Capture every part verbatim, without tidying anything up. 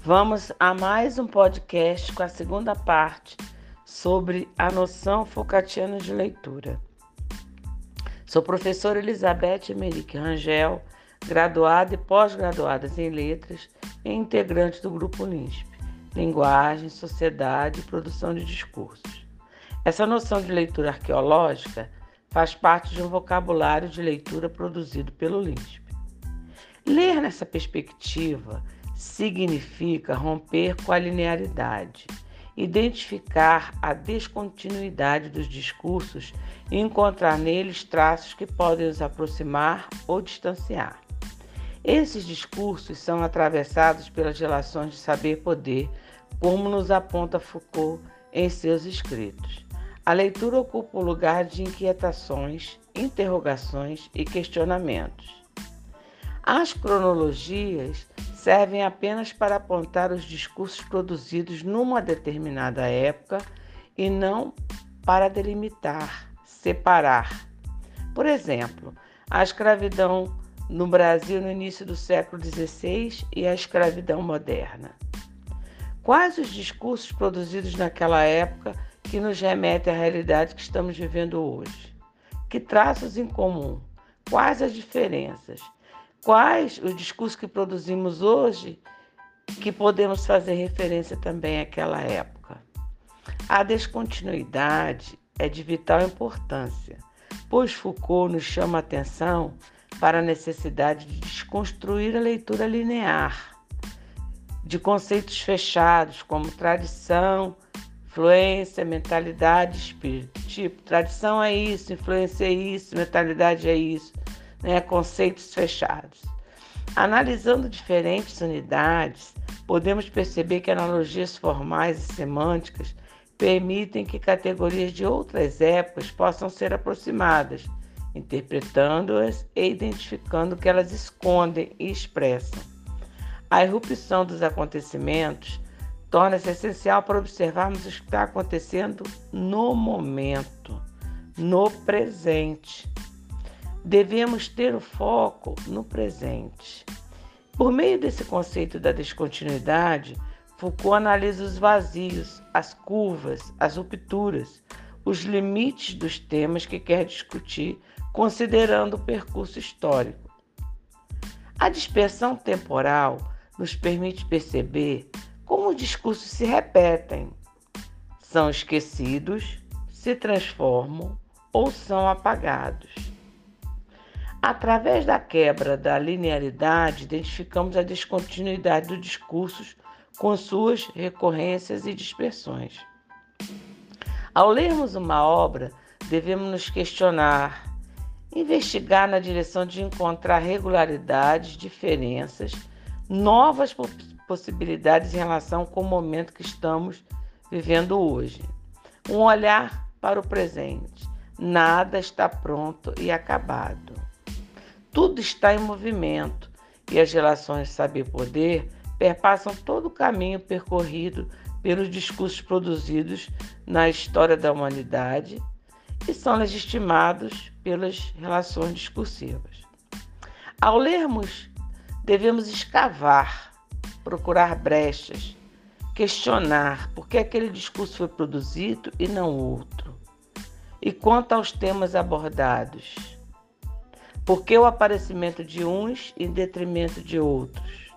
Vamos a mais um podcast com a segunda parte sobre a noção Foucaultiana de leitura. Sou professora Elizabeth Emerick Rangel, graduada e pós-graduada em letras e integrante do Grupo LINSP, Linguagem, Sociedade e Produção de Discursos. Essa noção de leitura arqueológica faz parte de um vocabulário de leitura produzido pelo LINSP. Ler nessa perspectiva significa romper com a linearidade, identificar a descontinuidade dos discursos e encontrar neles traços que podem os aproximar ou distanciar. Esses discursos são atravessados pelas relações de saber-poder, como nos aponta Foucault em seus escritos. A leitura ocupa o lugar de inquietações, interrogações e questionamentos. As cronologias servem apenas para apontar os discursos produzidos numa determinada época e não para delimitar, separar. Por exemplo, a escravidão no Brasil no início do século dezesseis e a escravidão moderna. Quais os discursos produzidos naquela época que nos remetem à realidade que estamos vivendo hoje? Que traços em comum? Quais as diferenças? Quais os discursos que produzimos hoje que podemos fazer referência também àquela época? A descontinuidade é de vital importância, pois Foucault nos chama a atenção para a necessidade de desconstruir a leitura linear de conceitos fechados como tradição, influência, mentalidade, espírito. Tipo, tradição é isso, influência é isso, mentalidade é isso. Né, conceitos fechados. Analisando diferentes unidades, podemos perceber que analogias formais e semânticas permitem que categorias de outras épocas possam ser aproximadas, interpretando-as e identificando o que elas escondem e expressam. A irrupção dos acontecimentos torna-se essencial para observarmos o que está acontecendo no momento, no presente. Devemos ter o foco no presente. Por meio desse conceito da descontinuidade, Foucault analisa os vazios, as curvas, as rupturas, os limites dos temas que quer discutir, considerando o percurso histórico. A dispersão temporal nos permite perceber como os discursos se repetem, são esquecidos, se transformam ou são apagados. Através da quebra da linearidade, identificamos a descontinuidade dos discursos com suas recorrências e dispersões. Ao lermos uma obra, devemos nos questionar, investigar na direção de encontrar regularidades, diferenças, novas possibilidades em relação com o momento que estamos vivendo hoje. Um olhar para o presente. Nada está pronto e acabado. Tudo está em movimento e as relações de saber-poder perpassam todo o caminho percorrido pelos discursos produzidos na história da humanidade e são legitimados pelas relações discursivas. Ao lermos, devemos escavar, procurar brechas, questionar por que aquele discurso foi produzido e não outro. E quanto aos temas abordados, por que o aparecimento de uns em detrimento de outros?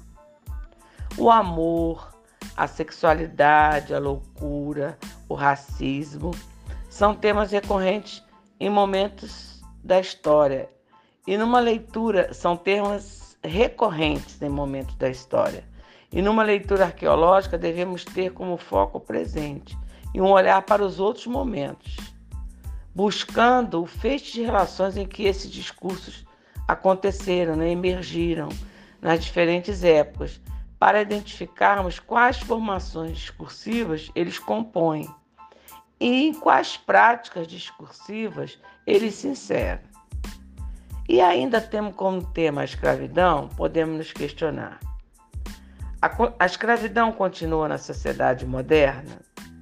O amor, a sexualidade, a loucura, o racismo são temas recorrentes em momentos da história. E numa leitura, são temas recorrentes em momentos da história. E numa leitura arqueológica, devemos ter como foco o presente e um olhar para os outros momentos, buscando o feixe de relações em que esses discursos aconteceram, né, emergiram nas diferentes épocas, para identificarmos quais formações discursivas eles compõem e em quais práticas discursivas eles se inserem. E ainda temos como tema a escravidão, podemos nos questionar. A, a escravidão continua na sociedade moderna?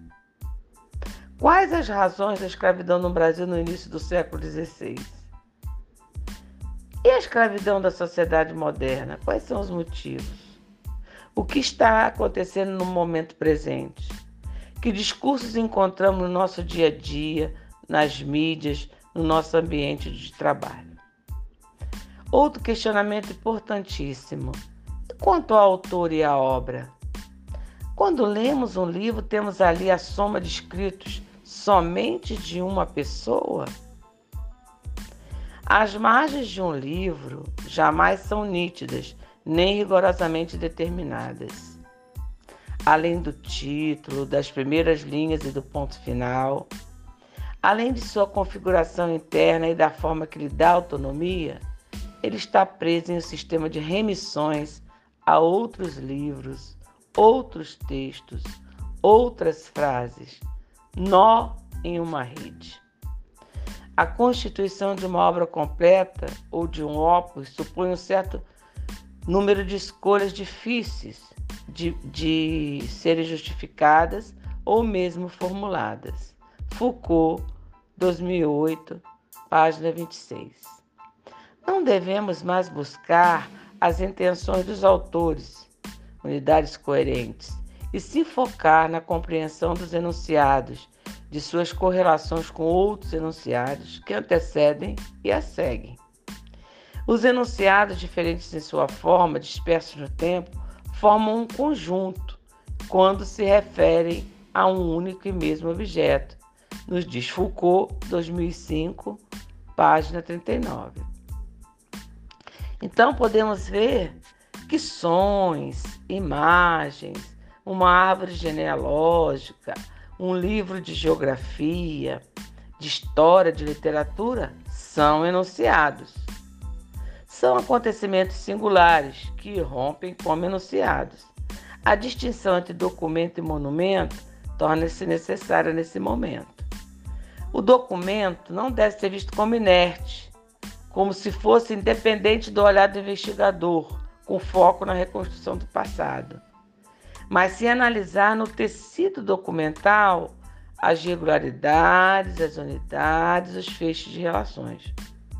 Quais as razões da escravidão no Brasil no início do século dezesseis? E a escravidão da sociedade moderna? Quais são os motivos? O que está acontecendo no momento presente? Que discursos encontramos no nosso dia a dia, nas mídias, no nosso ambiente de trabalho? Outro questionamento importantíssimo. E quanto ao autor e à obra? Quando lemos um livro, temos ali a soma de escritos somente de uma pessoa? As margens de um livro jamais são nítidas, nem rigorosamente determinadas. Além do título, das primeiras linhas e do ponto final, além de sua configuração interna e da forma que lhe dá autonomia, ele está preso em um sistema de remissões a outros livros, outros textos, outras frases, nó em uma rede. A constituição de uma obra completa ou de um opus supõe um certo número de escolhas difíceis de, de serem justificadas ou mesmo formuladas. Foucault, dois mil e oito, página vinte e seis. Não devemos mais buscar as intenções dos autores, unidades coerentes, e se focar na compreensão dos enunciados, de suas correlações com outros enunciados que antecedem e a seguem. Os enunciados, diferentes em sua forma, dispersos no tempo, formam um conjunto quando se referem a um único e mesmo objeto, nos diz Foucault, dois mil e cinco, página trinta e nove. Então podemos ver que sons, imagens, uma árvore genealógica, um livro de geografia, de história, de literatura, são enunciados. São acontecimentos singulares que rompem como enunciados. A distinção entre documento e monumento torna-se necessária nesse momento. O documento não deve ser visto como inerte, como se fosse independente do olhar do investigador, com foco na reconstrução do passado. Mas se analisar no tecido documental as regularidades, as unidades, os feixes de relações.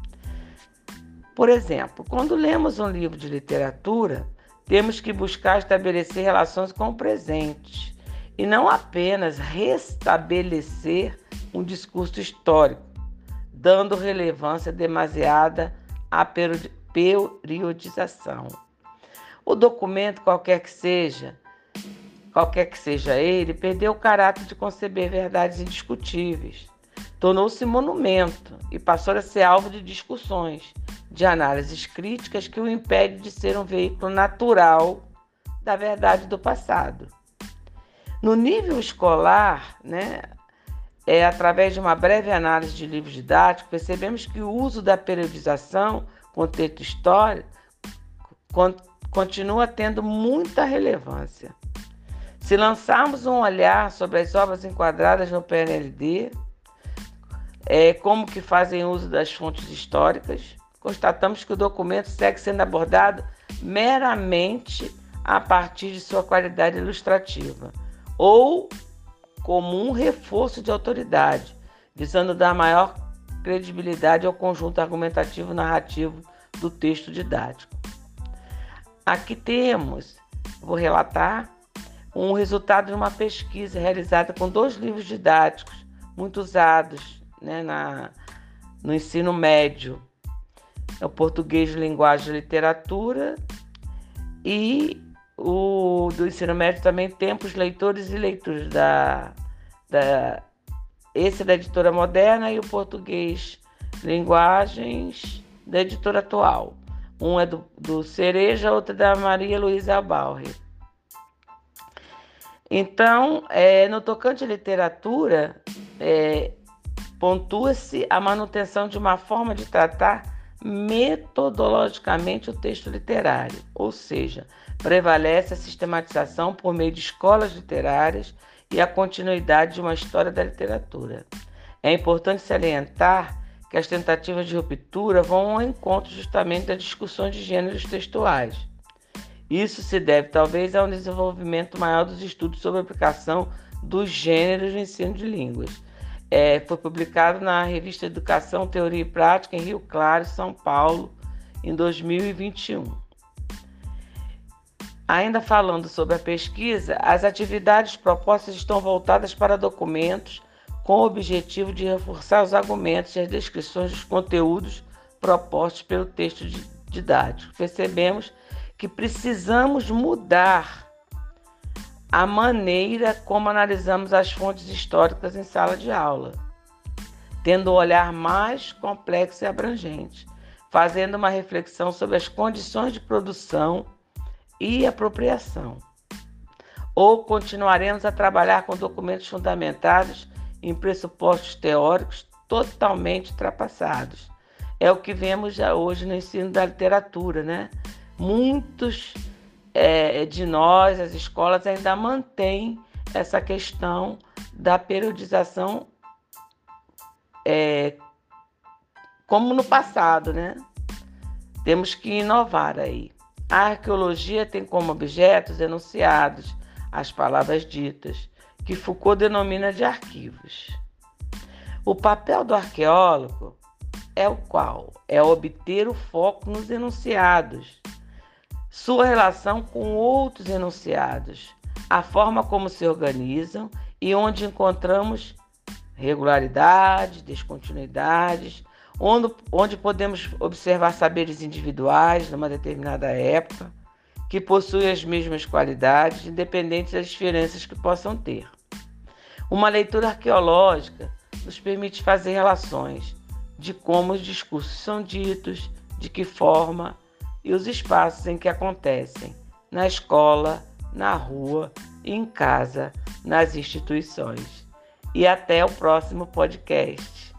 Por exemplo, quando lemos um livro de literatura, temos que buscar estabelecer relações com o presente e não apenas restabelecer um discurso histórico, dando relevância demasiada à periodização. O documento, qualquer que seja, qualquer que seja ele, perdeu o caráter de conceber verdades indiscutíveis. Tornou-se monumento e passou a ser alvo de discussões, de análises críticas que o impedem de ser um veículo natural da verdade do passado. No nível escolar, né, é, através de uma breve análise de livros didáticos, percebemos que o uso da periodização, contexto histórico, continua tendo muita relevância. Se lançarmos um olhar sobre as obras enquadradas no P N L D, é, como que fazem uso das fontes históricas, constatamos que o documento segue sendo abordado meramente a partir de sua qualidade ilustrativa ou como um reforço de autoridade, visando dar maior credibilidade ao conjunto argumentativo narrativo do texto didático. Aqui temos, vou relatar, um resultado de uma pesquisa realizada com dois livros didáticos muito usados, né, na, no ensino médio, o português de linguagem e literatura e o do ensino médio também Tempos, Leitores e Leituras, da, da, esse é da Editora Moderna e o português Linguagens da Editora Atual. Um é do, do Cereja, outro é da Maria Luísa Albalri. Então, é, no tocante à literatura, é, pontua-se a manutenção de uma forma de tratar metodologicamente o texto literário, ou seja, prevalece a sistematização por meio de escolas literárias e a continuidade de uma história da literatura. É importante salientar que as tentativas de ruptura vão ao encontro justamente das discussões de gêneros textuais. Isso se deve talvez a um desenvolvimento maior dos estudos sobre a aplicação dos gêneros no ensino de línguas. É, foi publicado na revista Educação, Teoria e Prática, em Rio Claro, São Paulo, em dois mil e vinte e um. Ainda falando sobre a pesquisa, as atividades propostas estão voltadas para documentos com o objetivo de reforçar os argumentos e as descrições dos conteúdos propostos pelo texto didático. Percebemos que precisamos mudar a maneira como analisamos as fontes históricas em sala de aula, tendo um olhar mais complexo e abrangente, fazendo uma reflexão sobre as condições de produção e apropriação. Ou continuaremos a trabalhar com documentos fundamentados em pressupostos teóricos totalmente ultrapassados. É o que vemos já hoje no ensino da literatura, né? Muitos é, de nós, as escolas, ainda mantêm essa questão da periodização é, como no passado, né? Temos que inovar aí. A arqueologia tem como objetos enunciados, as palavras ditas, que Foucault denomina de arquivos. O papel do arqueólogo é o qual? É obter o foco nos enunciados, sua relação com outros enunciados, a forma como se organizam e onde encontramos regularidades, descontinuidades, onde, onde podemos observar saberes individuais numa determinada época, que possuem as mesmas qualidades, independente das diferenças que possam ter. Uma leitura arqueológica nos permite fazer relações de como os discursos são ditos, de que forma e os espaços em que acontecem, na escola, na rua, em casa, nas instituições. E até o próximo podcast.